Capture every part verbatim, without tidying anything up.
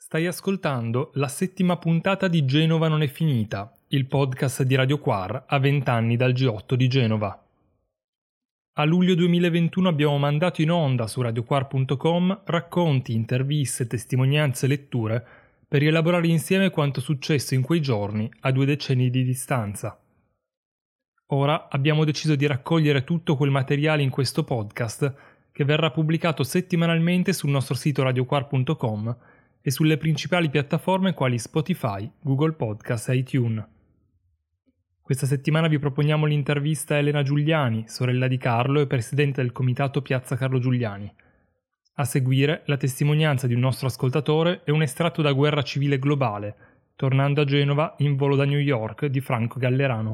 Stai ascoltando la settima puntata di Genova non è finita, il podcast di Radio Quar a vent'anni dal G otto di Genova. A luglio duemilaventuno abbiamo mandato in onda su radioquar punto com racconti, interviste, testimonianze e letture per rielaborare insieme quanto successo in quei giorni a due decenni di distanza. Ora abbiamo deciso di raccogliere tutto quel materiale in questo podcast che verrà pubblicato settimanalmente sul nostro sito radioquar punto com e sulle principali piattaforme quali Spotify, Google Podcast e iTunes. Questa settimana vi proponiamo l'intervista a Elena Giuliani, sorella di Carlo e presidente del comitato Piazza Carlo Giuliani. A seguire la testimonianza di un nostro ascoltatore e un estratto da Guerra civile globale, tornando a Genova in volo da New York di Franco Gallerano.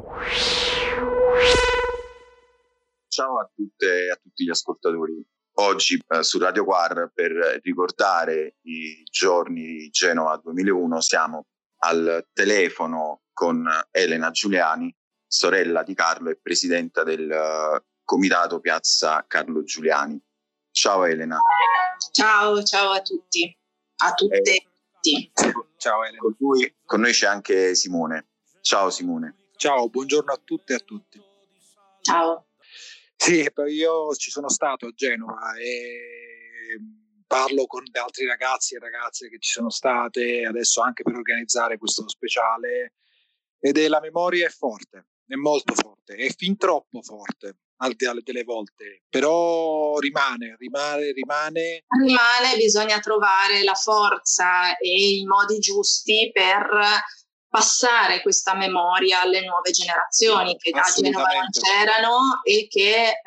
Ciao a tutte e a tutti gli ascoltatori. Oggi eh, su Radio Quar, per ricordare i giorni di Genova duemilauno, siamo al telefono con Elena Giuliani, sorella di Carlo e presidenta del uh, comitato Piazza Carlo Giuliani. Ciao Elena. Ciao, ciao a tutti, a tutte e eh, tutti. Ciao Elena. Con noi, con noi c'è anche Simone. Ciao Simone. Ciao, buongiorno a tutte e a tutti. Ciao. Sì, io ci sono stato a Genova e parlo con altri ragazzi e ragazze che ci sono state adesso anche per organizzare questo speciale, ed è la memoria è forte, è molto forte, è fin troppo forte al di là delle volte, però rimane, rimane, rimane. Rimane, bisogna trovare la forza e i modi giusti per passare questa memoria alle nuove generazioni che a Genova non c'erano e che eh,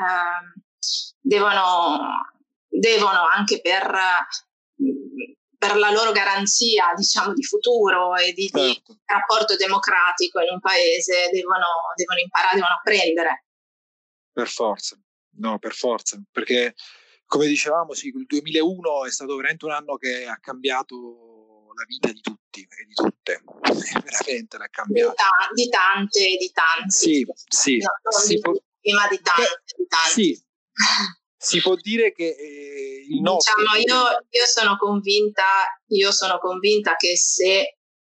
devono, devono anche per, per la loro garanzia, diciamo, di futuro e di, certo. di rapporto democratico in un paese devono, devono imparare, devono apprendere. Per forza, no, per forza, perché come dicevamo, sì, il duemilauno è stato veramente un anno che ha cambiato la vita di tutti e di tutte, veramente l'ha cambiato. Di, ta- di tante e di tanti. Sì, sì. No, non si di può, tutti, ma di tante e di tanti. Sì, si può dire che eh, il nostro... Diciamo, io, io sono convinta, io sono convinta che se eh,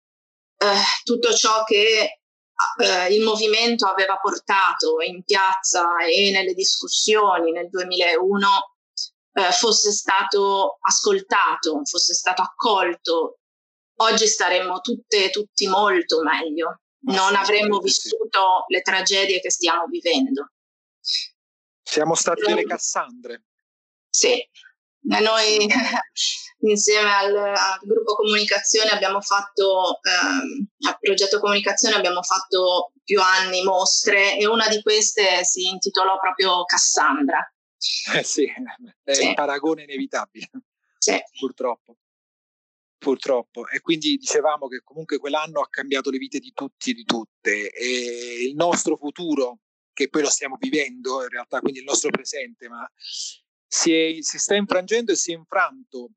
tutto ciò che eh, il movimento aveva portato in piazza e nelle discussioni nel duemilauno eh, fosse stato ascoltato, fosse stato accolto, oggi staremmo tutte e tutti molto meglio, non avremmo vissuto le tragedie che stiamo vivendo. Siamo state delle Cassandre. Sì, noi insieme al, al gruppo comunicazione abbiamo fatto, ehm, al progetto comunicazione abbiamo fatto più anni mostre e una di queste si intitolò proprio Cassandra. Eh sì, è sì. Il paragone inevitabile, sì. Purtroppo. Purtroppo, e quindi dicevamo che comunque quell'anno ha cambiato le vite di tutti e di tutte, e il nostro futuro, che poi lo stiamo vivendo in realtà, quindi il nostro presente, ma si, è, si sta infrangendo e si è infranto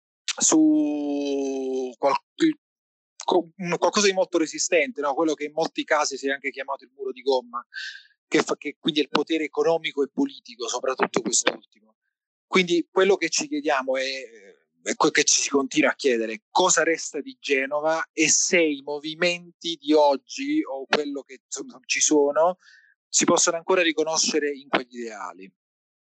su qual, qualcosa di molto resistente, no? Quello che in molti casi si è anche chiamato il muro di gomma, che, fa, che quindi è il potere economico e politico, soprattutto quest'ultimo. Quindi quello che ci chiediamo è, è quel che ci si continua a chiedere: cosa resta di Genova e se i movimenti di oggi o quello che insomma, ci sono si possono ancora riconoscere in quegli ideali.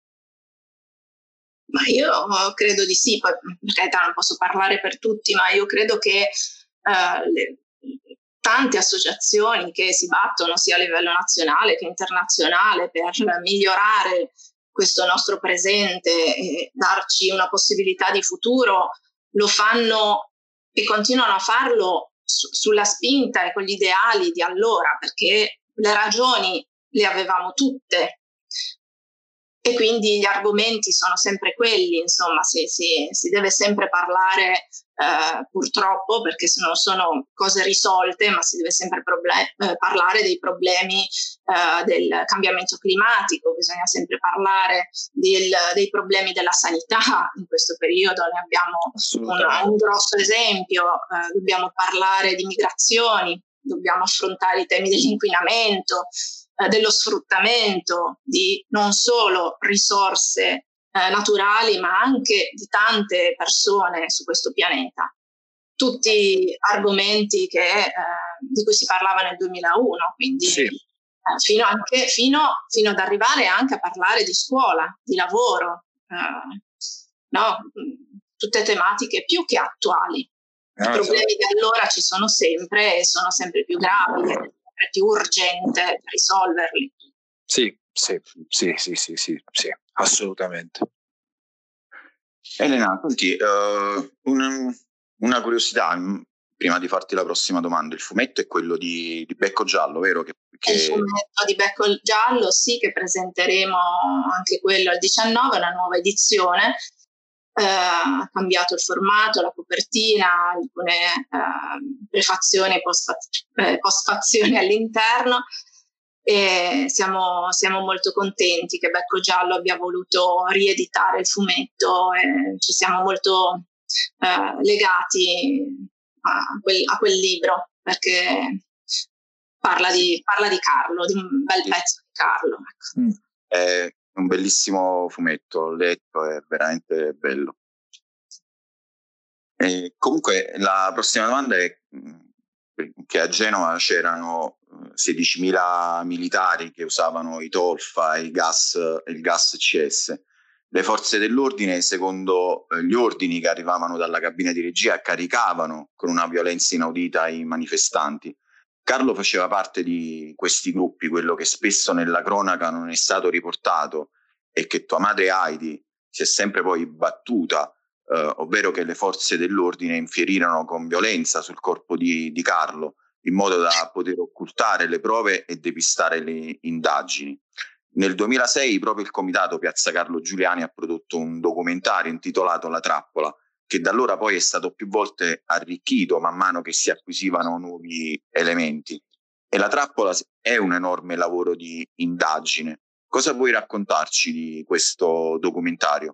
Ma io credo di sì, poi per carità non posso parlare per tutti, ma io credo che uh, le, tante associazioni che si battono sia a livello nazionale che internazionale per migliorare questo nostro presente e darci una possibilità di futuro, lo fanno e continuano a farlo su, sulla spinta e con gli ideali di allora, perché le ragioni le avevamo tutte e quindi gli argomenti sono sempre quelli, insomma si, si, si deve sempre parlare eh, purtroppo, perché non sono cose risolte, ma si deve sempre problem- eh, parlare dei problemi eh, del cambiamento climatico, bisogna sempre parlare del, dei problemi della sanità. In questo periodo ne abbiamo un, un grosso esempio, eh, dobbiamo parlare di migrazioni, dobbiamo affrontare i temi dell'inquinamento, eh, dello sfruttamento di non solo risorse eh, naturali, ma anche di tante persone su questo pianeta. tutti argomenti che, eh, di cui si parlava nel duemilauno, quindi Sì. eh, fino, anche, fino, fino ad arrivare anche a parlare di scuola, di lavoro, eh, no? Tutte tematiche più che attuali. I Ah, problemi esatto. di allora ci sono sempre e sono sempre più gravi, è sempre più urgente risolverli. Sì, sì, sì, sì, sì, sì, sì, assolutamente. Elena, senti, uh, un, una curiosità, prima di farti la prossima domanda. Il fumetto è quello di, di Becco Giallo, vero? Che, che... Il fumetto di Becco Giallo, sì, che presenteremo anche quello al diciannove, una nuova edizione. Eh, ha cambiato il formato, la copertina, alcune eh, prefazioni e postfazioni, eh, postfazioni all'interno, e siamo, siamo molto contenti che Becco Giallo abbia voluto rieditare il fumetto, e ci siamo molto eh, legati a quel, a quel libro, perché parla di, parla di Carlo, di un bel pezzo di Carlo. Ecco. Mm. È un bellissimo fumetto, ho letto, è veramente bello. E comunque la prossima domanda è che a Genova c'erano sedicimila militari che usavano i tolfa e il gas, il gas C S. Le forze dell'ordine, secondo gli ordini che arrivavano dalla cabina di regia, caricavano con una violenza inaudita i manifestanti. Carlo faceva parte di questi gruppi, quello che spesso nella cronaca non è stato riportato e che tua madre Heidi si è sempre poi battuta, eh, ovvero che le forze dell'ordine infierirono con violenza sul corpo di, di Carlo, in modo da poter occultare le prove e depistare le indagini. Nel duemilasei proprio il comitato Piazza Carlo Giuliani ha prodotto un documentario intitolato La Trappola, che da allora poi è stato più volte arricchito man mano che si acquisivano nuovi elementi. E La Trappola è un enorme lavoro di indagine. Cosa puoi raccontarci di questo documentario?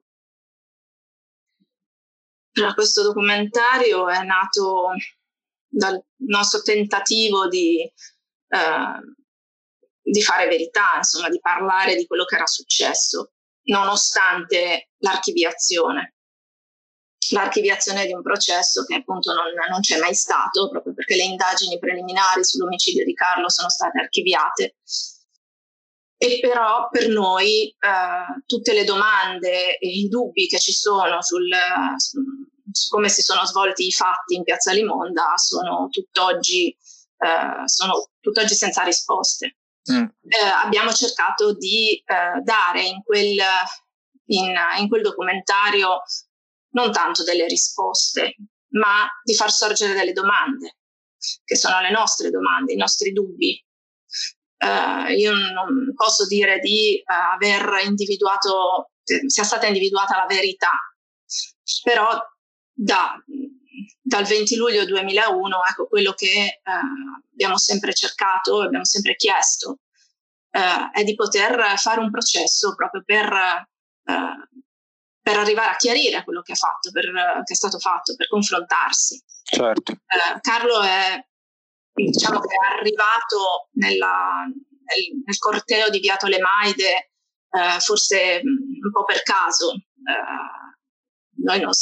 Questo documentario è nato dal nostro tentativo di, eh, di fare verità, insomma, di parlare di quello che era successo, nonostante l'archiviazione. L'archiviazione di un processo che appunto non, non c'è mai stato, proprio perché le indagini preliminari sull'omicidio di Carlo sono state archiviate. E però per noi eh, tutte le domande e i dubbi che ci sono sul, su, su come si sono svolti i fatti in Piazza Limonda sono tutt'oggi, eh, sono tutt'oggi senza risposte. Mm. Eh, abbiamo cercato di eh, dare in quel, in, in quel documentario non tanto delle risposte, ma di far sorgere delle domande, che sono le nostre domande, i nostri dubbi. Uh, io non posso dire di uh, aver individuato, sia stata individuata la verità, però da, dal venti luglio duemilauno, ecco, quello che uh, abbiamo sempre cercato, abbiamo sempre chiesto, uh, è di poter fare un processo proprio per, uh, per arrivare a chiarire quello che, ha fatto, per, uh, che è stato fatto, per confrontarsi. Certo. Uh, Carlo è diciamo che è arrivato nella, nel, nel corteo di Via Tolemaide eh, forse un po' per caso. Eh, noi non,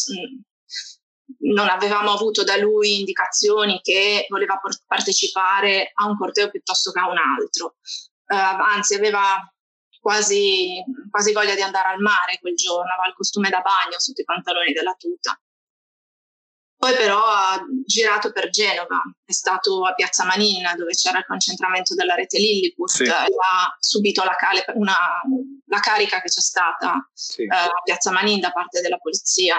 non avevamo avuto da lui indicazioni che voleva partecipare a un corteo piuttosto che a un altro. Eh, anzi, aveva quasi, quasi voglia di andare al mare quel giorno, aveva il costume da bagno sotto i pantaloni della tuta. Poi però ha girato per Genova, è stato a Piazza Maninna dove c'era il concentramento della rete Lilliput, sì. E ha subito la, cale, una, la carica che c'è stata sì. eh, a Piazza Maninna da parte della polizia.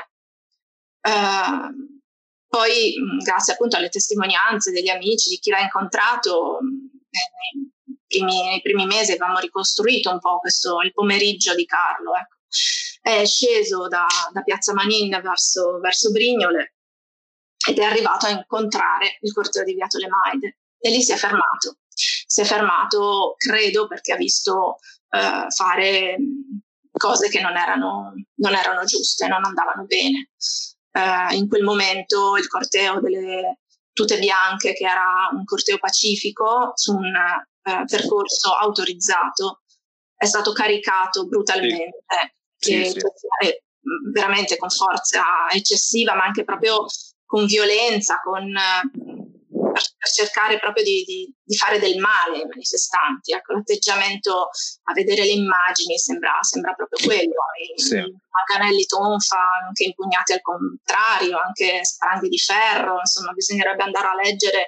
Eh, poi grazie appunto alle testimonianze degli amici, di chi l'ha incontrato, nei primi, nei primi mesi avevamo ricostruito un po' questo, il pomeriggio di Carlo. Ecco. È sceso da, da Piazza Maninna verso, verso Brignole, ed è arrivato a incontrare il corteo di Via Tolemaide e lì si è fermato. Si è fermato, credo, perché ha visto eh, fare cose che non erano, non erano giuste, non andavano bene. Eh, in quel momento il corteo delle tute bianche, che era un corteo pacifico su un eh, percorso autorizzato, è stato caricato brutalmente, sì. Che, sì, sì. Veramente con forza eccessiva, ma anche proprio con violenza, con, per, per cercare proprio di, di, di fare del male ai manifestanti. Ecco, l'atteggiamento, a vedere le immagini, sembra, sembra proprio quello. I, sì. i manganelli tonfa, anche impugnati al contrario, anche spranghi di ferro, insomma bisognerebbe andare a leggere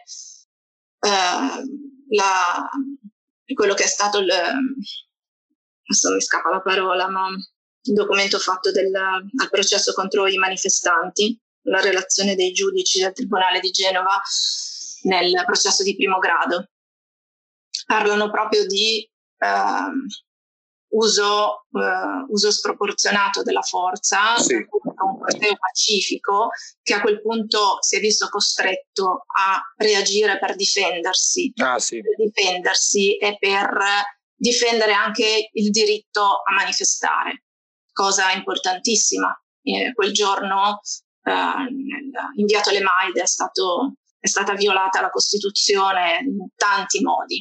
eh, la, quello che è stato il, adesso mi scappa la parola, ma il documento fatto del, al processo contro i manifestanti, la relazione dei giudici del Tribunale di Genova nel processo di primo grado. Parlano proprio di eh, uso, eh, uso sproporzionato della forza, sì. un corteo pacifico che a quel punto si è visto costretto a reagire per difendersi, ah, sì. per difendersi e per difendere anche il diritto a manifestare, cosa importantissima. Eh, quel giorno eh, in via Tolemaide è, stato, è stata violata la Costituzione in tanti modi.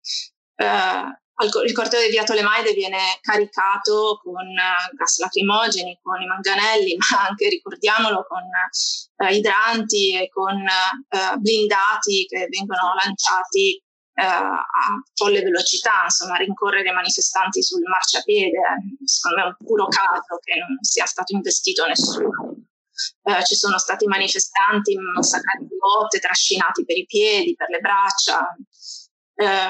Eh, il corteo di via Tolemaide viene caricato con gas lacrimogeni, con i manganelli, ma anche, ricordiamolo, con eh, idranti e con eh, blindati che vengono lanciati eh, a folle velocità, insomma, a rincorrere i manifestanti sul marciapiede. Secondo me è un puro caso che non sia stato investito nessuno. Eh, ci sono stati manifestanti massacrati di botte, trascinati per i piedi, per le braccia. Eh,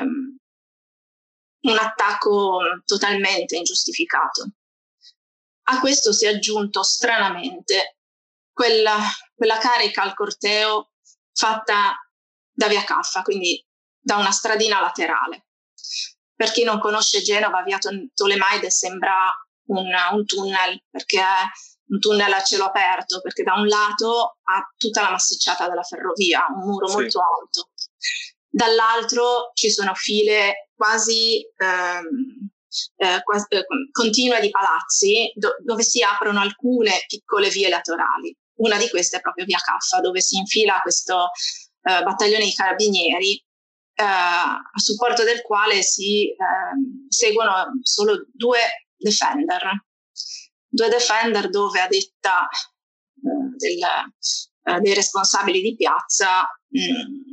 un attacco totalmente ingiustificato. A questo si è aggiunto stranamente quella, quella carica al corteo fatta da via Caffa, quindi da una stradina laterale. Per chi non conosce Genova, via Tolemaide sembra un, un tunnel, perché è un tunnel a cielo aperto, perché da un lato ha tutta la massicciata della ferrovia, un muro sì. molto alto. Dall'altro ci sono file quasi, ehm, eh, quasi eh, continue di palazzi do- dove si aprono alcune piccole vie laterali. Una di queste è proprio via Caffa, dove si infila questo eh, battaglione di carabinieri eh, a supporto del quale si eh, seguono solo due defender. Due defender dove, a detta eh, del, eh, dei responsabili di piazza, mh,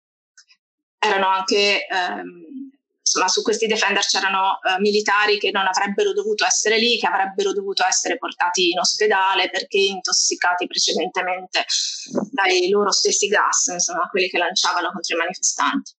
erano anche, ehm, insomma, su questi defender c'erano eh, militari che non avrebbero dovuto essere lì, che avrebbero dovuto essere portati in ospedale perché intossicati precedentemente dai loro stessi gas, insomma, quelli che lanciavano contro i manifestanti.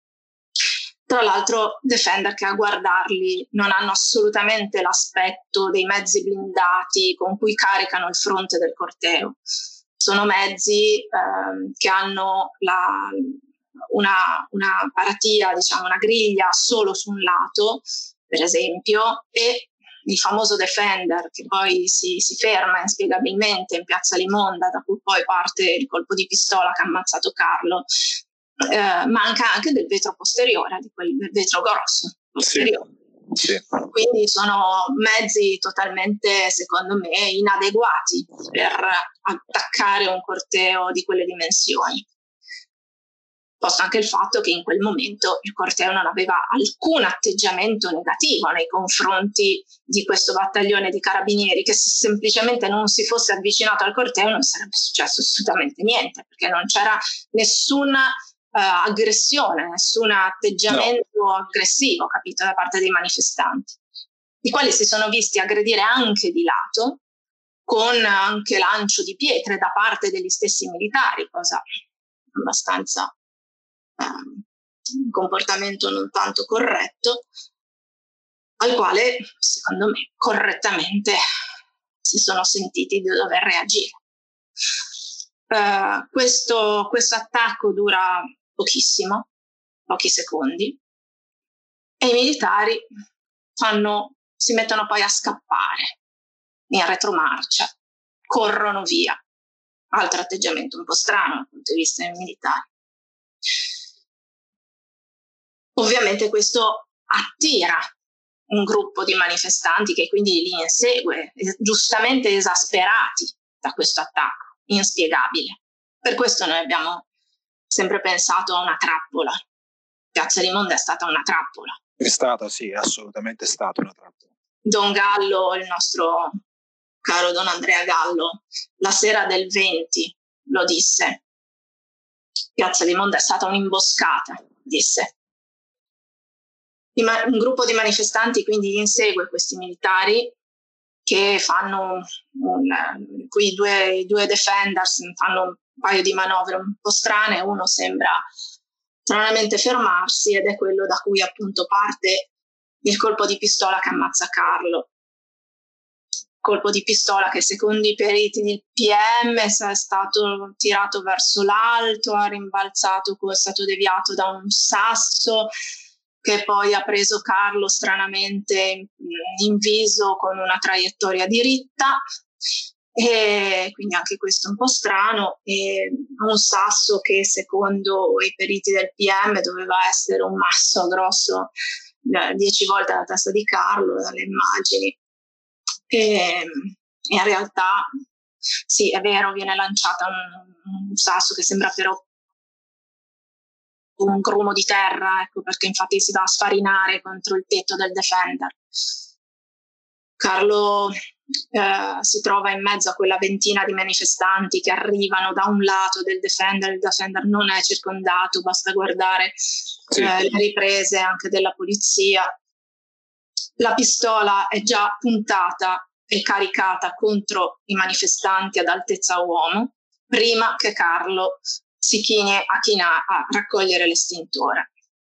Tra l'altro defender che a guardarli non hanno assolutamente l'aspetto dei mezzi blindati con cui caricano il fronte del corteo. Sono mezzi ehm, che hanno la... Una, una paratia, diciamo una griglia solo su un lato, per esempio, e il famoso defender che poi si, si ferma inspiegabilmente in piazza Limonda, da cui poi parte il colpo di pistola che ha ammazzato Carlo, eh, manca anche del vetro posteriore, di quel del vetro grosso posteriore. Sì, sì. Quindi sono mezzi totalmente, secondo me, inadeguati per attaccare un corteo di quelle dimensioni. Posto anche il fatto che in quel momento il corteo non aveva alcun atteggiamento negativo nei confronti di questo battaglione di carabinieri, che se semplicemente non si fosse avvicinato al corteo non sarebbe successo assolutamente niente, perché non c'era nessuna uh, aggressione, nessun atteggiamento no. aggressivo, capito, da parte dei manifestanti, i quali si sono visti aggredire anche di lato, con anche lancio di pietre da parte degli stessi militari, cosa abbastanza un comportamento non tanto corretto, al quale secondo me correttamente si sono sentiti di dover reagire. Uh, questo, questo attacco dura pochissimo, pochi secondi, e i militari fanno, si mettono poi a scappare in retromarcia, corrono via. Altro atteggiamento un po' strano dal punto di vista dei militari. Ovviamente questo attira un gruppo di manifestanti che quindi li insegue, giustamente esasperati da questo attacco inspiegabile. Per questo noi abbiamo sempre pensato a una trappola. Piazza Limonda è stata una trappola. È stata, sì, assolutamente stata una trappola. Don Gallo, il nostro caro Don Andrea Gallo, la sera del venti lo disse. Piazza di Monda è stata un'imboscata, disse. Un gruppo di manifestanti quindi insegue questi militari che fanno, un, qui i due, i due defenders fanno un paio di manovre un po' strane, uno sembra stranamente fermarsi ed è quello da cui appunto parte il colpo di pistola che ammazza Carlo. Colpo di pistola che secondo i periti del P M è stato tirato verso l'alto, ha rimbalzato, è stato deviato da un sasso che poi ha preso Carlo stranamente in viso con una traiettoria diritta, e quindi anche questo è un po' strano, e un sasso che secondo i periti del P M doveva essere un masso grosso dieci volte la testa di Carlo dalle immagini. E in realtà sì, è vero, viene lanciata un, un sasso che sembra però un grumo di terra, ecco perché infatti si va a sfarinare contro il tetto del Defender. Carlo eh, si trova in mezzo a quella ventina di manifestanti che arrivano da un lato del Defender, il Defender non è circondato, basta guardare sì. eh, le riprese anche della polizia. La pistola è già puntata e caricata contro i manifestanti ad altezza uomo, prima che Carlo si chini a, china, a raccogliere l'estintore.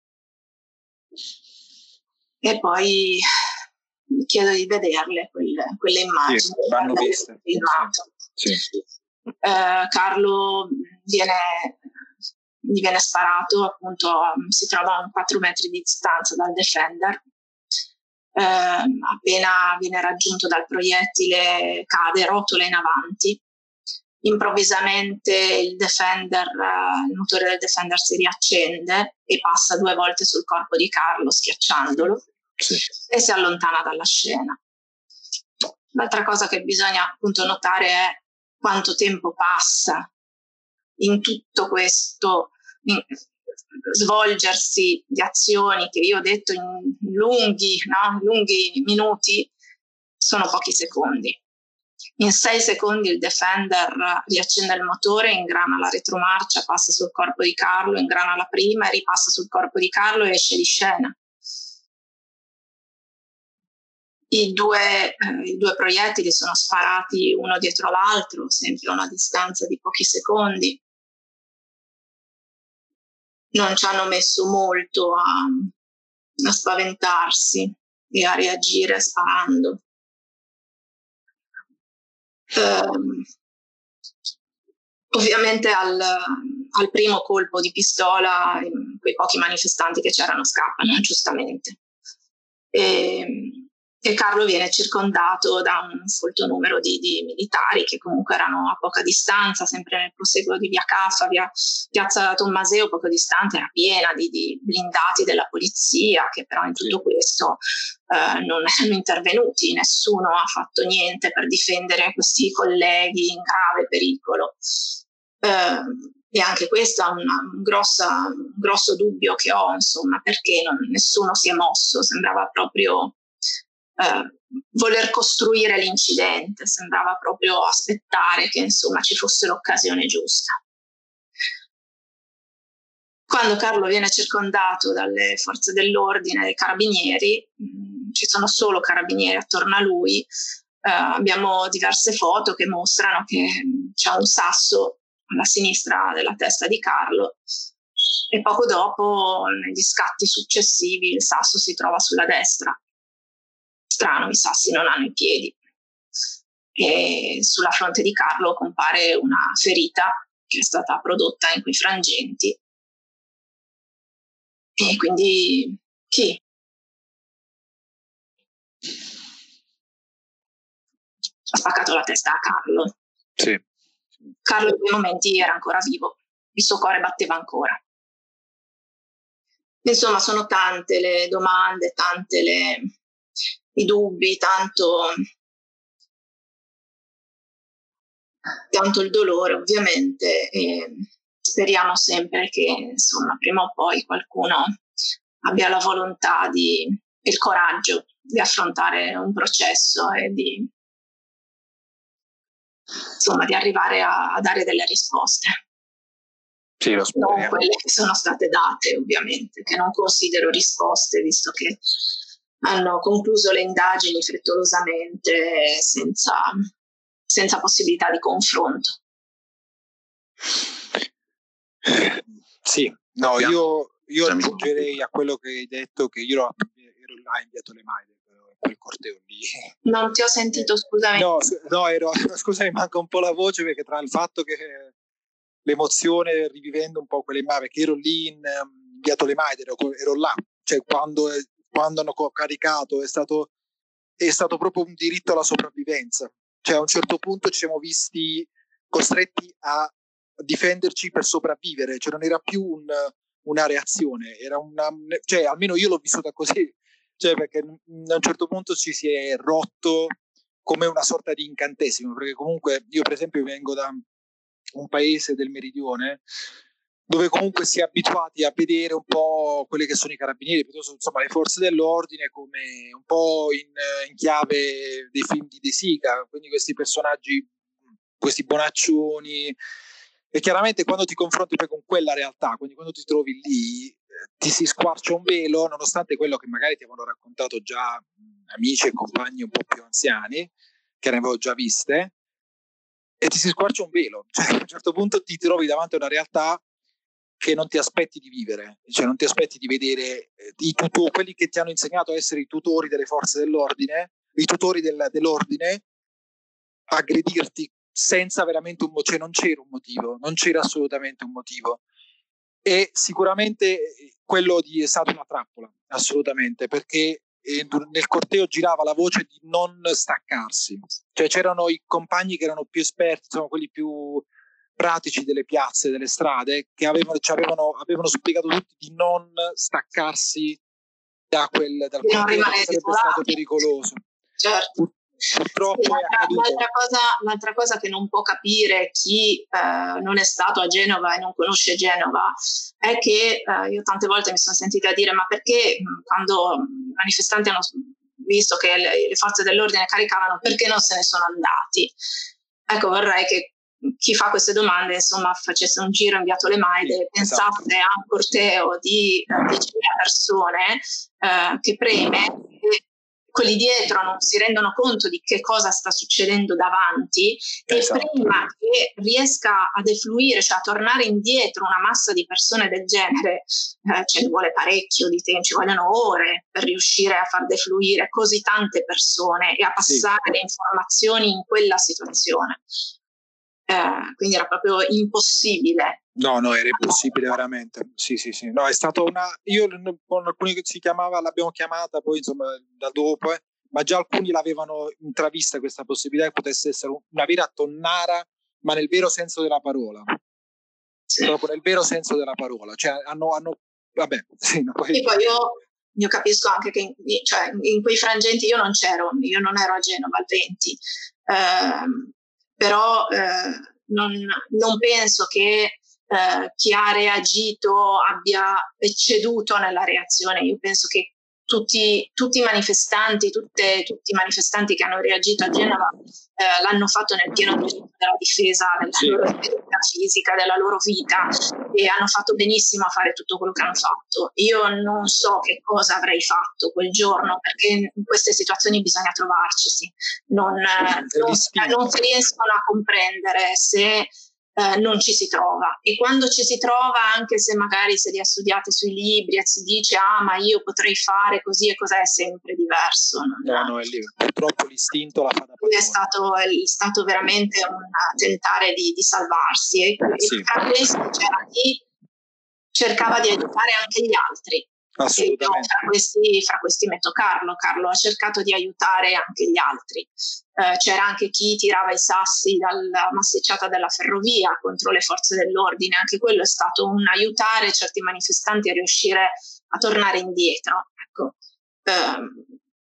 E poi vi chiedo di vederle, quelle, quelle immagini. Sì, vanno viste. Sì. Eh, Carlo viene, gli viene sparato, appunto, si trova a quattro metri di distanza dal Defender. Eh, appena viene raggiunto dal proiettile cade, rotola in avanti. Improvvisamente il Defender, eh, il motore del Defender si riaccende e passa due volte sul corpo di Carlo schiacciandolo sì. e si allontana dalla scena. L'altra cosa che bisogna appunto notare è quanto tempo passa in tutto questo in, svolgersi di azioni che io ho detto in lunghi, no? lunghi minuti, sono pochi secondi. In sei secondi il Defender riaccende il motore, ingrana la retromarcia, passa sul corpo di Carlo, ingrana la prima e ripassa sul corpo di Carlo e esce di scena. I due, eh, i due proiettili sono sparati uno dietro l'altro, sempre a una distanza di pochi secondi. Non ci hanno messo molto a, a spaventarsi e a reagire sparando. Um, ovviamente al, al primo colpo di pistola quei pochi manifestanti che c'erano scappano, giustamente. E, e Carlo viene circondato da un folto numero di, di militari che comunque erano a poca distanza, sempre nel proseguo di via Caffa, via Piazza Tommaseo, poco distante, era piena di, di blindati della polizia, che però in tutto questo eh, non erano intervenuti, nessuno ha fatto niente per difendere questi colleghi in grave pericolo. Eh, e anche questo è una, un, grossa, un grosso dubbio che ho, insomma, perché non, nessuno si è mosso, sembrava proprio eh, voler costruire l'incidente, sembrava proprio aspettare che insomma ci fosse l'occasione giusta. Quando Carlo viene circondato dalle forze dell'ordine, dai carabinieri, mh, ci sono solo carabinieri attorno a lui, eh, abbiamo diverse foto che mostrano che mh, c'è un sasso alla sinistra della testa di Carlo e poco dopo, negli scatti successivi, il sasso si trova sulla destra. Strano, i sassi non hanno i piedi. E sulla fronte di Carlo compare una ferita che è stata prodotta in quei frangenti. E quindi chi? Ha spaccato la testa a Carlo. Sì. Carlo in quei momenti era ancora vivo, il suo cuore batteva ancora. Insomma, sono tante le domande, tante le, i dubbi, tanto, tanto il dolore ovviamente, e speriamo sempre che insomma prima o poi qualcuno abbia la volontà di, il coraggio di affrontare un processo e di insomma, di arrivare a, a dare delle risposte. Sì, lo non quelle che sono state date, ovviamente, che non considero risposte, visto che hanno concluso le indagini frettolosamente, senza, senza possibilità di confronto. Sì, no, io, io aggiungerei a quello che hai detto che io ero, ero là in Via Tolemaide, quel corteo lì. Non ti ho sentito, scusami. No, no ero, scusami, manca un po' la voce, perché tra il fatto che l'emozione, rivivendo un po' quelle immagini, perché ero lì in um, Via Tolemaide, ero, ero là, cioè quando, quando hanno caricato è stato, è stato proprio un diritto alla sopravvivenza, cioè a un certo punto ci siamo visti costretti a difenderci per sopravvivere, cioè non era più un, una reazione, era una, cioè almeno io l'ho vissuta così, cioè perché a un certo punto ci si è rotto come una sorta di incantesimo, perché comunque io per esempio vengo da un paese del meridione dove comunque si è abituati a vedere un po' quelli che sono i carabinieri, piuttosto insomma le forze dell'ordine come un po' in, in chiave dei film di De Sica, quindi questi personaggi, questi bonaccioni, e chiaramente quando ti confronti poi con quella realtà, quindi quando ti trovi lì, eh, ti si squarcia un velo, nonostante quello che magari ti avevano raccontato già mh, amici e compagni un po' più anziani, che ne avevo già viste, e ti si squarcia un velo, cioè a un certo punto ti trovi davanti a una realtà che non ti aspetti di vivere, cioè non ti aspetti di vedere eh, i tutor, quelli che ti hanno insegnato a essere i tutori delle forze dell'ordine, i tutori del, dell'ordine, aggredirti senza veramente un motivo, cioè non c'era un motivo, non c'era assolutamente un motivo. E sicuramente quello di, è stata una trappola, assolutamente, perché eh, nel corteo girava la voce di non staccarsi, cioè c'erano i compagni che erano più esperti, insomma quelli più pratici delle piazze, delle strade, che avevano, ci avevano, avevano spiegato tutti di non staccarsi da quel, dal corteo, che sarebbe isolati. Stato pericoloso. Certo. Purtroppo sì, è accaduto. L'altra cosa, l'altra cosa che non può capire chi eh, non è stato a Genova e non conosce Genova è che eh, io tante volte mi sono sentita dire ma perché mh, quando i manifestanti hanno visto che le, le forze dell'ordine caricavano, perché non se ne sono andati? Ecco, vorrei che chi fa queste domande insomma facesse un giro in Via Tolemaide e sì, pensasse esatto. a un corteo di eh, diecimila persone eh, che preme e quelli dietro non si rendono conto di che cosa sta succedendo davanti, esatto. E prima che riesca a defluire, cioè a tornare indietro una massa di persone del genere, eh, ci vuole parecchio di tempo, ci vogliono ore per riuscire a far defluire così tante persone e a passare sì. le informazioni in quella situazione. Eh, quindi era proprio impossibile. No, no, era impossibile veramente. Sì, sì, sì. No, è stato una. Io con alcuni che si chiamava, l'abbiamo chiamata poi insomma da dopo, eh, ma già alcuni l'avevano intravista questa possibilità che potesse essere una vera tonnara, ma nel vero senso della parola. Sì. Proprio nel vero senso della parola. Cioè hanno. hanno vabbè, sì, no, poi... E poi io, io capisco anche che in, cioè, in quei frangenti io non c'ero, io non ero a Genova al venti. Eh, però eh, non, non penso che eh, chi ha reagito abbia ecceduto nella reazione. Io penso che tutti, tutti i manifestanti, tutte, tutti i manifestanti che hanno reagito a Genova eh, l'hanno fatto nel pieno della difesa della sì. loro integrità fisica, della loro vita, e hanno fatto benissimo a fare tutto quello che hanno fatto. Io non so che cosa avrei fatto quel giorno, perché in queste situazioni bisogna trovarcisi, non, non, non si riescono a comprendere se eh, non ci si trova, e quando ci si trova, anche se magari se li ha studiati sui libri e si dice ah ma io potrei fare così e cos'è, è sempre diverso. Non no, no, è lì. Purtroppo l'istinto la fa da padrone. È stato, è stato veramente un tentare di, di salvarsi, e, sì. e tra questo c'era chi cercava di aiutare anche gli altri. Assolutamente. Fra questi, fra questi metto Carlo. Carlo ha cercato di aiutare anche gli altri. Eh, c'era anche chi tirava i sassi dalla massicciata della ferrovia contro le forze dell'ordine. Anche quello è stato un aiutare certi manifestanti a riuscire a tornare indietro. Ecco. Eh,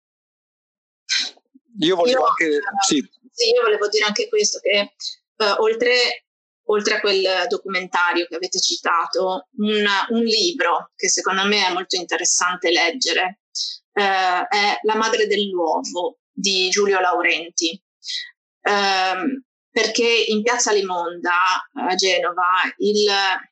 io volevo io, anche sì. sì, io volevo dire anche questo, che eh, oltre oltre a quel documentario che avete citato, un, un libro che secondo me è molto interessante leggere eh, è La madre dell'uovo di Giulio Laurenti. Eh, perché in Piazza Limonda a Genova il,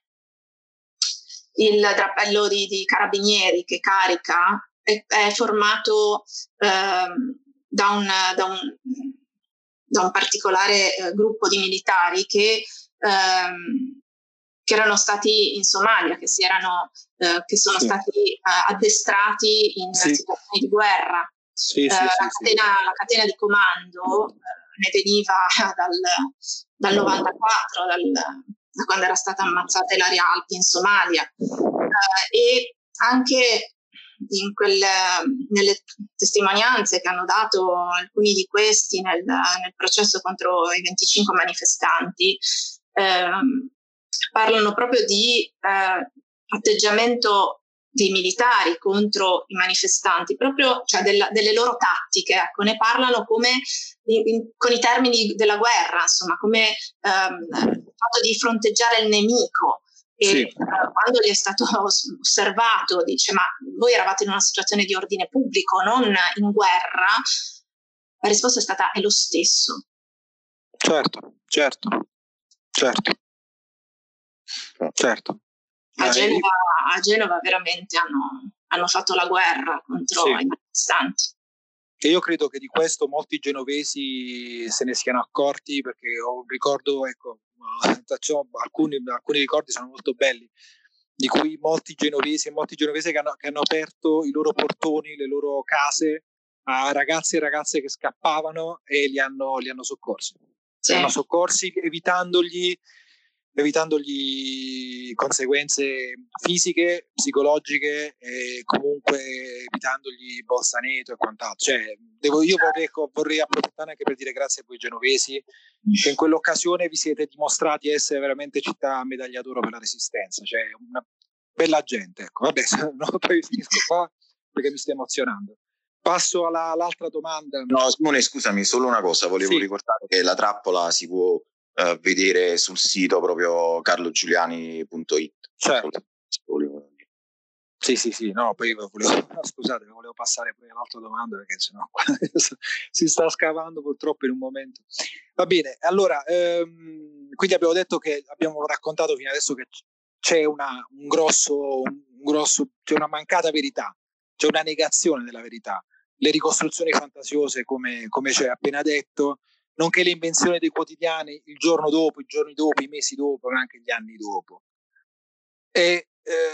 il drappello di, di carabinieri che carica è, è formato ehm, da, un, da, un, da un particolare eh, gruppo di militari che, ehm, che erano stati in Somalia, che, si erano, eh, che sono sì. stati eh, addestrati in sì. situazioni di guerra. Sì, eh, sì, la, sì, catena, sì. la catena di comando eh, ne veniva dal, dal novantaquattro, dal, da quando era stata ammazzata Ilaria Alpi in Somalia, eh, e anche in quelle, nelle testimonianze che hanno dato alcuni di questi nel, nel processo contro i venticinque manifestanti, eh, parlano proprio di eh, atteggiamento dei militari contro i manifestanti, proprio cioè della, delle loro tattiche, ecco, ne parlano come in, in, con i termini della guerra, insomma, come ehm, il fatto di fronteggiare il nemico. E sì. eh, quando gli è stato osservato, dice: ma voi eravate in una situazione di ordine pubblico, non in guerra, la risposta è stata: è lo stesso. Certo, certo, certo, certo. A Genova, a Genova veramente hanno, hanno fatto la guerra contro sì. i manifestanti. E io credo che di questo molti genovesi se ne siano accorti, perché ho ricordo, ecco, alcuni, alcuni ricordi sono molto belli, di cui molti genovesi e molti genovesi che hanno, che hanno aperto i loro portoni, le loro case a ragazzi e ragazze che scappavano e li hanno, li hanno soccorsi. Sì. Li hanno soccorsi evitandogli evitandogli conseguenze fisiche, psicologiche e comunque evitandogli Bolzaneto e quant'altro. Cioè, devo, io vorrei, vorrei approfittare anche per dire grazie a voi genovesi che in quell'occasione vi siete dimostrati essere veramente città a medaglia d'oro per la resistenza, cioè una bella gente. Ecco. Vabbè, no, poi finisco qua perché mi sto emozionando. Passo alla, all'altra domanda. No, Simone, scusami, solo una cosa, volevo sì. ricordare che la trappola si può Uh, vedere sul sito proprio carlogiuliani punto it. Certo. Sì, sì, sì, no, poi volevo, scusate, volevo passare poi all'altra domanda perché sennò si sta scavando purtroppo in un momento. Va bene, allora, ehm, quindi abbiamo detto che abbiamo raccontato fino adesso che c'è una, un grosso, un grosso, c'è una mancata verità, c'è una negazione della verità, le ricostruzioni fantasiose come, come ci hai appena detto, nonché le invenzioni dei quotidiani il giorno dopo, i giorni dopo, i mesi dopo, ma anche gli anni dopo. E,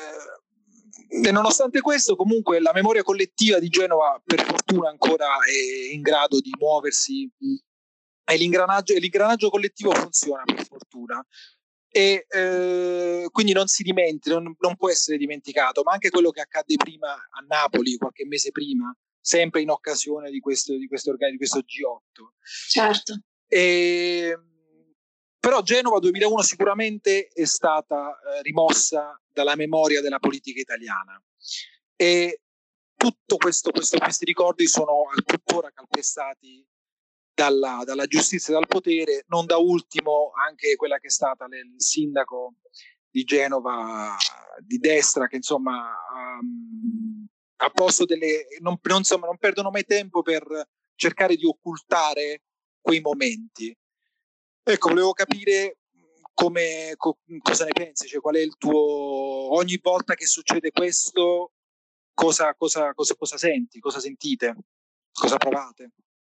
eh, e nonostante questo, comunque, la memoria collettiva di Genova, per fortuna, ancora è in grado di muoversi e l'ingranaggio, e l'ingranaggio collettivo funziona, per fortuna. E eh, quindi non si dimentica, non, non può essere dimenticato, ma anche quello che accadde prima a Napoli, qualche mese prima, sempre in occasione di questo, di questo, di questo G otto. Certo. E, però Genova duemilauno sicuramente è stata eh, rimossa dalla memoria della politica italiana e tutto questo, questo questi ricordi sono tuttora calpestati dalla, dalla giustizia e dal potere, non da ultimo anche quella che è stata le, il sindaco di Genova di destra che insomma um, ha posto delle non, non, insomma, non perdono mai tempo per cercare di occultare quei momenti. Ecco, volevo capire come, co, cosa ne pensi, cioè qual è il tuo ogni volta che succede questo cosa, cosa, cosa, cosa senti, cosa sentite, cosa provate?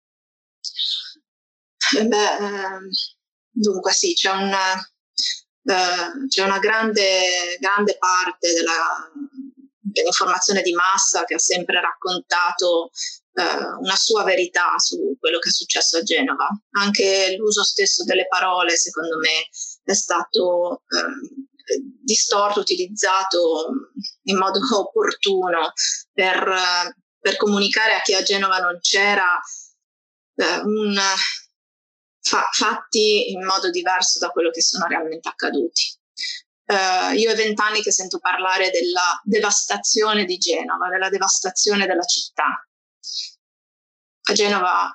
Beh, ehm, dunque sì, c'è una, eh, c'è una grande, grande parte della, dell'informazione di massa che ha sempre raccontato eh, una sua verità su quello che è successo a Genova. Anche l'uso stesso delle parole, secondo me, è stato eh, distorto, utilizzato in modo opportuno per, per comunicare a chi a Genova non c'era eh, un... Fa, fatti in modo diverso da quello che sono realmente accaduti. Uh, io ho vent'anni che sento parlare della devastazione di Genova, della devastazione della città. A Genova,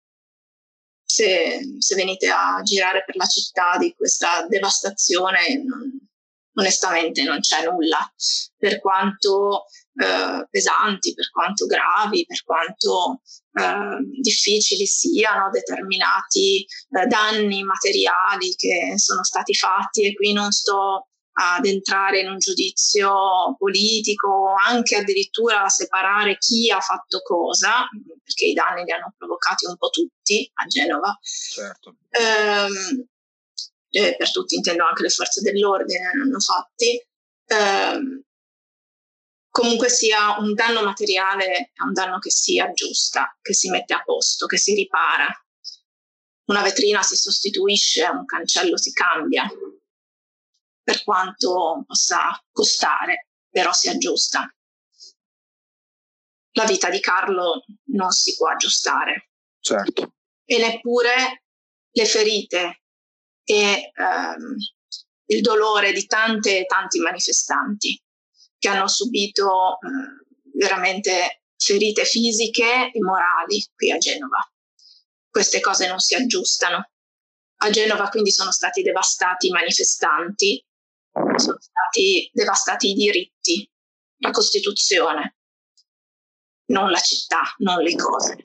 se, se venite a girare per la città di questa devastazione, non, onestamente non c'è nulla, per quanto uh, pesanti, per quanto gravi, per quanto eh, difficili siano determinati eh, danni materiali che sono stati fatti, e qui non sto ad entrare in un giudizio politico, anche addirittura a separare chi ha fatto cosa, perché i danni li hanno provocati un po' tutti a Genova. Certo. Ehm, eh, per tutti intendo anche le forze dell'ordine, ne hanno fatti. Ehm, comunque sia, un danno materiale è un danno che si aggiusta, che si mette a posto, che si ripara. Una vetrina si sostituisce, un cancello si cambia, per quanto possa costare, però si aggiusta. La vita di Carlo non si può aggiustare. Certo. E neppure le ferite e ehm, il dolore di tante e tanti manifestanti che hanno subito eh, veramente ferite fisiche e morali qui a Genova. Queste cose non si aggiustano. A Genova quindi sono stati devastati i manifestanti, sono stati devastati i diritti, la Costituzione, non la città, non le cose.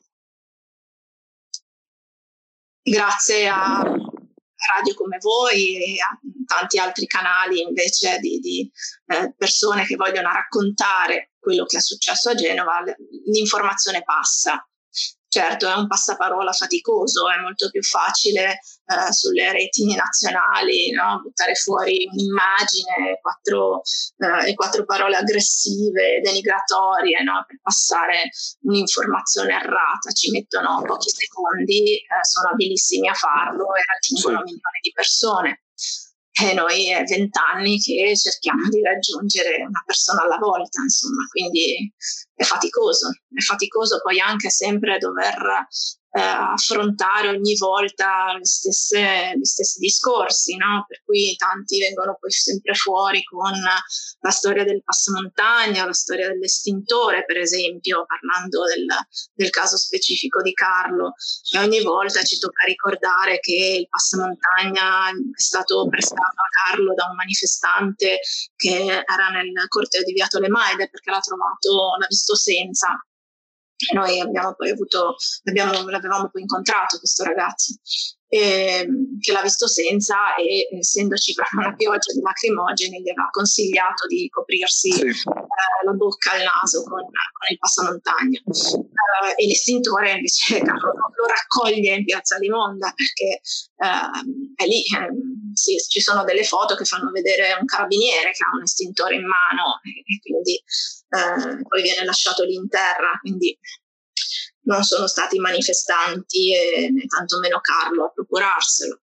Grazie a radio come voi e a tanti altri canali invece di, di eh, persone che vogliono raccontare quello che è successo a Genova, l'informazione passa. Certo, è un passaparola faticoso, è molto più facile eh, sulle reti nazionali, no? Buttare fuori un'immagine quattro, eh, e quattro parole aggressive, denigratorie, no? Per passare un'informazione errata. Ci mettono pochi secondi, eh, sono abilissimi a farlo e raggiungono sì. milioni di persone. E noi è vent'anni che cerchiamo di raggiungere una persona alla volta, insomma, quindi è faticoso, è faticoso poi anche sempre dover eh, affrontare ogni volta le stesse, gli stessi discorsi, no? Per cui tanti vengono poi sempre fuori con la storia del passamontagna, la storia dell'estintore, per esempio, parlando del, del caso specifico di Carlo, e ogni volta ci tocca ricordare che il passamontagna è stato prestato a Carlo da un manifestante che era nel corteo di Via Tolemaide perché l'ha trovato, l'ha visto senza. Noi abbiamo poi avuto, abbiamo, l'avevamo poi incontrato questo ragazzo eh, che l'ha visto senza, e essendoci proprio una pioggia di lacrimogeni gli aveva consigliato di coprirsi sì. eh, la bocca e il naso con, con il passamontagna eh, e l'estintore invece Carlo lo raccoglie in piazza Limonda perché eh, è lì eh, sì, ci sono delle foto che fanno vedere un carabiniere che ha un estintore in mano e, e quindi eh, poi viene lasciato lì in terra, quindi non sono stati i manifestanti e né tantomeno Carlo a procurarselo.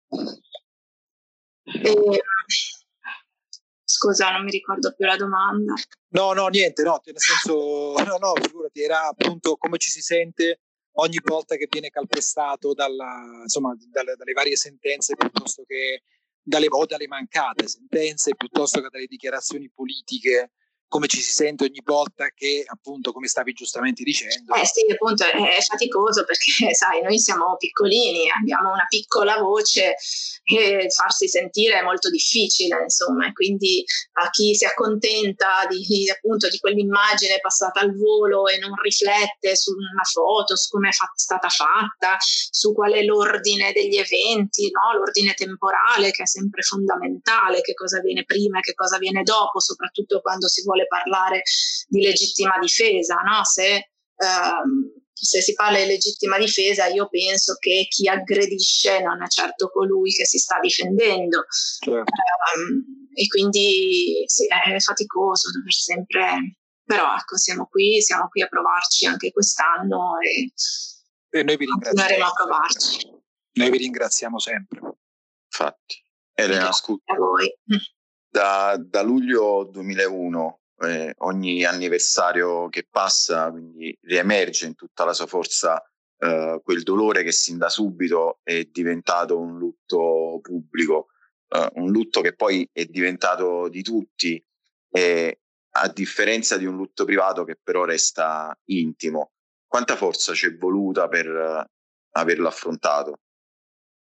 E, scusa, non mi ricordo più la domanda. No, no, niente, no, nel senso, no, no, figurati, era appunto come ci si sente ogni volta che viene calpestato dalla, insomma, dalle, dalle varie sentenze piuttosto che dalle, o dalle mancate sentenze piuttosto che dalle dichiarazioni politiche, come ci si sente ogni volta che, appunto, come stavi giustamente dicendo. Eh sì, appunto, è, è faticoso perché, sai, noi siamo piccolini, abbiamo una piccola voce e farsi sentire è molto difficile, insomma, e quindi a chi si accontenta di, di, appunto, di quell'immagine passata al volo e non riflette su una foto, su come è fa- stata fatta, su qual è l'ordine degli eventi, no? L'ordine temporale che è sempre fondamentale, che cosa viene prima e che cosa viene dopo, soprattutto quando si vuole parlare di legittima difesa, no? Se, ehm, se si parla di legittima difesa, io penso che chi aggredisce non è certo colui che si sta difendendo. Certo. Um, e quindi sì, è faticoso dover sempre, però ecco, siamo qui, siamo qui a provarci anche quest'anno e, e noi vi continueremo a provarci. Noi vi ringraziamo sempre. Infatti, Elena, scusa, a voi. Da, da luglio duemilauno eh, ogni anniversario che passa, quindi riemerge in tutta la sua forza eh, quel dolore che sin da subito è diventato un lutto pubblico, eh, un lutto che poi è diventato di tutti, e a differenza di un lutto privato che però resta intimo. Quanta forza ci è voluta per eh, averlo affrontato?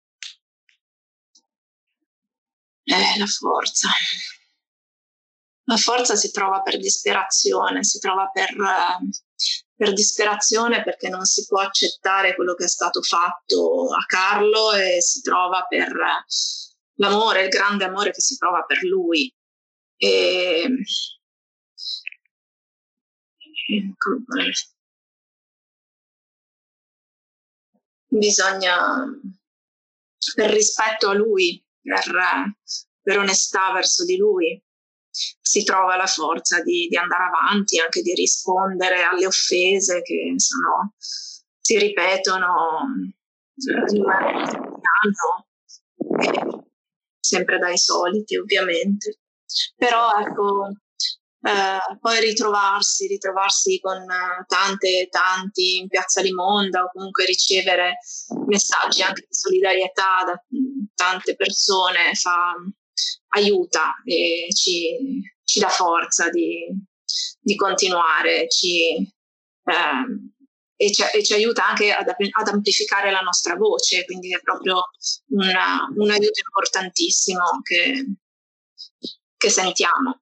Eh, la forza. La forza si trova per disperazione, si trova per, eh, per disperazione perché non si può accettare quello che è stato fatto a Carlo, e si trova per eh, l'amore, il grande amore che si prova per lui. E, bisogna, per rispetto a lui, per, per onestà verso di lui, si trova la forza di, di andare avanti, anche di rispondere alle offese che sono, si ripetono eh, sempre dai soliti, ovviamente. Però ecco, eh, poi ritrovarsi, ritrovarsi con eh, tante e tanti in Piazza Limonda, o comunque ricevere messaggi anche di solidarietà da tante persone fa, aiuta e ci, ci dà forza di, di continuare, ci, eh, e, ci, e ci aiuta anche ad, ad amplificare la nostra voce, quindi è proprio una, un aiuto importantissimo che, che sentiamo.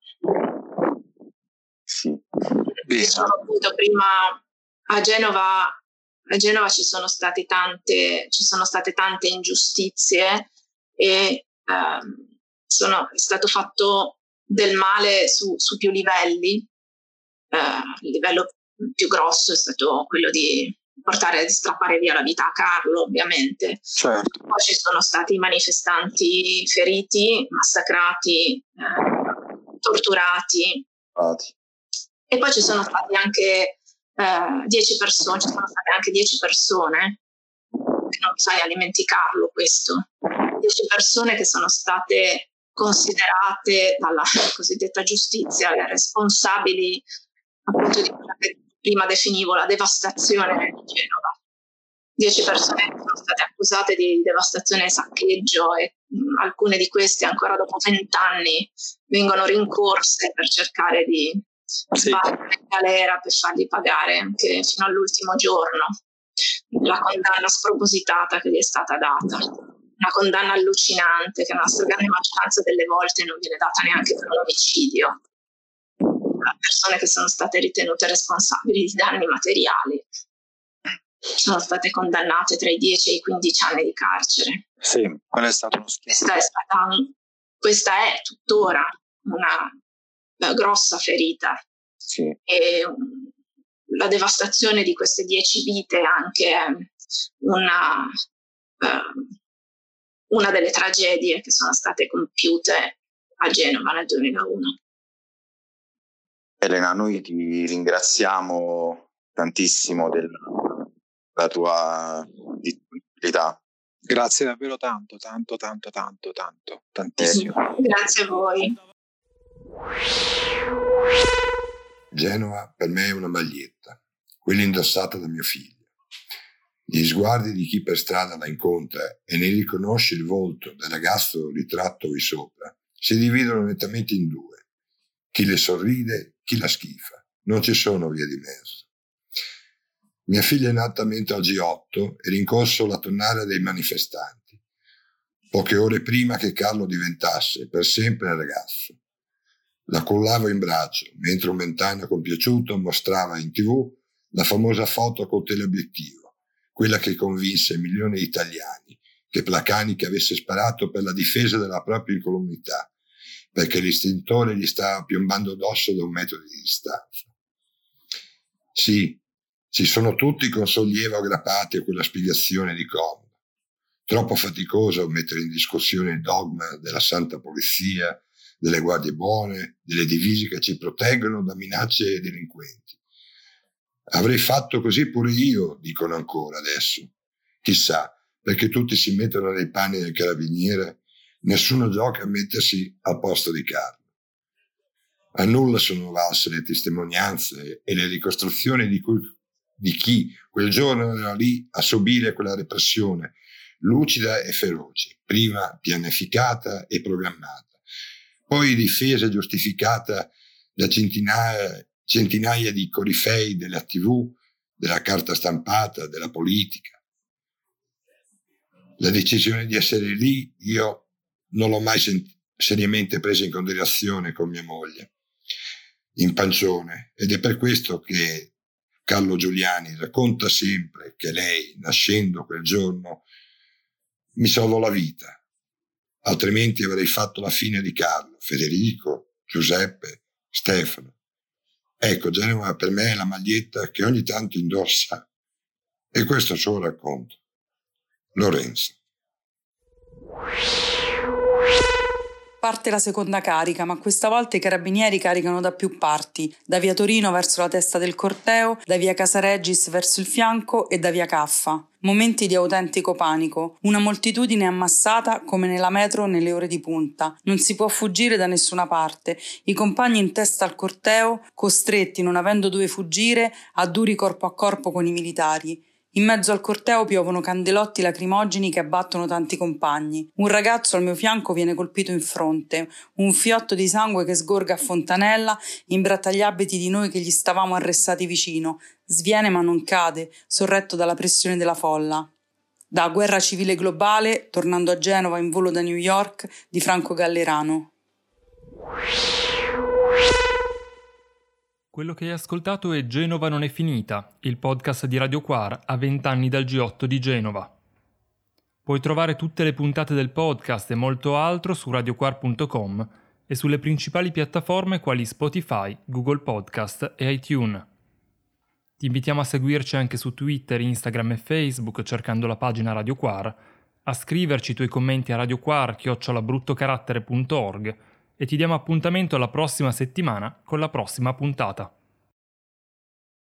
Sì. Sono appunto prima a Genova, a Genova ci sono state tante, ci sono state tante ingiustizie e ehm, sono, è stato fatto del male su, su più livelli. Eh, il livello più grosso è stato quello di portare, di strappare via la vita a Carlo, ovviamente. Certo. Poi ci sono stati manifestanti feriti, massacrati, eh, torturati. Infatti. E poi ci sono stati anche eh, dieci persone, ci sono state anche dieci persone, che non bisogna dimenticarlo questo, dieci persone che sono state considerate dalla cosiddetta giustizia le responsabili appunto di quella che prima definivo la devastazione di Genova. Dieci persone che sono state accusate di devastazione e saccheggio, e mh, alcune di queste ancora dopo vent'anni vengono rincorse per cercare di sbattere in galera, per fargli pagare anche fino all'ultimo giorno la condanna spropositata che gli è stata data, una condanna allucinante che nella stragrande maggioranza delle volte non viene data neanche per un omicidio, persone che sono state ritenute responsabili di danni materiali sono state condannate tra i dieci e i quindici anni di carcere. Sì, quello è stato uno schiaffo. Questa è stata, questa è tuttora una, una grossa ferita. Sì. E um, la devastazione di queste dieci vite è anche una, uh, una delle tragedie che sono state compiute a Genova nel duemilauno. Elena, noi ti ringraziamo tantissimo della tua disponibilità. Grazie davvero tanto, tanto, tanto, tanto, tanto, tantissimo. Eh, grazie a voi. Genova per me è una maglietta, quella indossata da mio figlio. Gli sguardi di chi per strada la incontra e ne riconosce il volto del ragazzo ritratto qui sopra si dividono nettamente in due: chi le sorride, chi la schifa. Non ci sono vie di mezzo. Mia figlia è nata mentre al G otto e rincorso la tonnara dei manifestanti, poche ore prima che Carlo diventasse per sempre ragazzo. La cullavo in braccio, mentre un ventenne compiaciuto mostrava in tivù la famosa foto col teleobiettivo, quella che convinse milioni di italiani che Placani avesse sparato per la difesa della propria incolumità, perché l'istintore gli stava piombando addosso da un metro di distanza. Sì, ci sono tutti con sollievo aggrappati a quella spiegazione di comodo. Troppo faticoso mettere in discussione il dogma della santa polizia, delle guardie buone, delle divise che ci proteggono da minacce e delinquenti. Avrei fatto così pure io, dicono ancora adesso. Chissà, perché tutti si mettono nei panni del carabiniere, nessuno gioca a mettersi al posto di Carlo. A nulla sono valse le testimonianze e le ricostruzioni di, cui, di chi quel giorno era lì a subire quella repressione lucida e feroce, prima pianificata e programmata, poi difesa e giustificata da centinaia, centinaia di corifei della tivù, della carta stampata, della politica. La decisione di essere lì io non l'ho mai sen- seriamente presa in considerazione con mia moglie. in pancione, ed è per questo che Carlo Giuliani racconta sempre che lei, nascendo quel giorno, mi salvò la vita, altrimenti avrei fatto la fine di Carlo, Federico, Giuseppe, Stefano. Ecco, Genova per me è la maglietta che ogni tanto indossa, e questo è il suo racconto. Lorenzo. Parte la seconda carica, ma questa volta i carabinieri caricano da più parti, da via Torino verso la testa del corteo, da via Casaregis verso il fianco e da via Caffa. Momenti di autentico panico, una moltitudine ammassata come nella metro nelle ore di punta. Non si può fuggire da nessuna parte, i compagni in testa al corteo, costretti, non avendo dove fuggire, a duri corpo a corpo con i militari. In mezzo al corteo piovono candelotti lacrimogeni che abbattono tanti compagni. Un ragazzo al mio fianco viene colpito in fronte, un fiotto di sangue che sgorga a fontanella imbratta gli abiti di noi che gli stavamo arrestati vicino. Sviene ma non cade, sorretto dalla pressione della folla. Da Guerra civile globale, tornando a Genova in volo da New York, di Franco Gallerano. Quello che hai ascoltato è Genova non è finita, il podcast di Radio Quar a vent'anni dal G otto di Genova. Puoi trovare tutte le puntate del podcast e molto altro su radioquar punto com e sulle principali piattaforme quali Spotify, Google Podcast e iTunes. Ti invitiamo a seguirci anche su Twitter, Instagram e Facebook cercando la pagina Radio Quar, a scriverci i tuoi commenti a radioquar chiocciola bruttocarattere punto org e ti diamo appuntamento alla prossima settimana con la prossima puntata.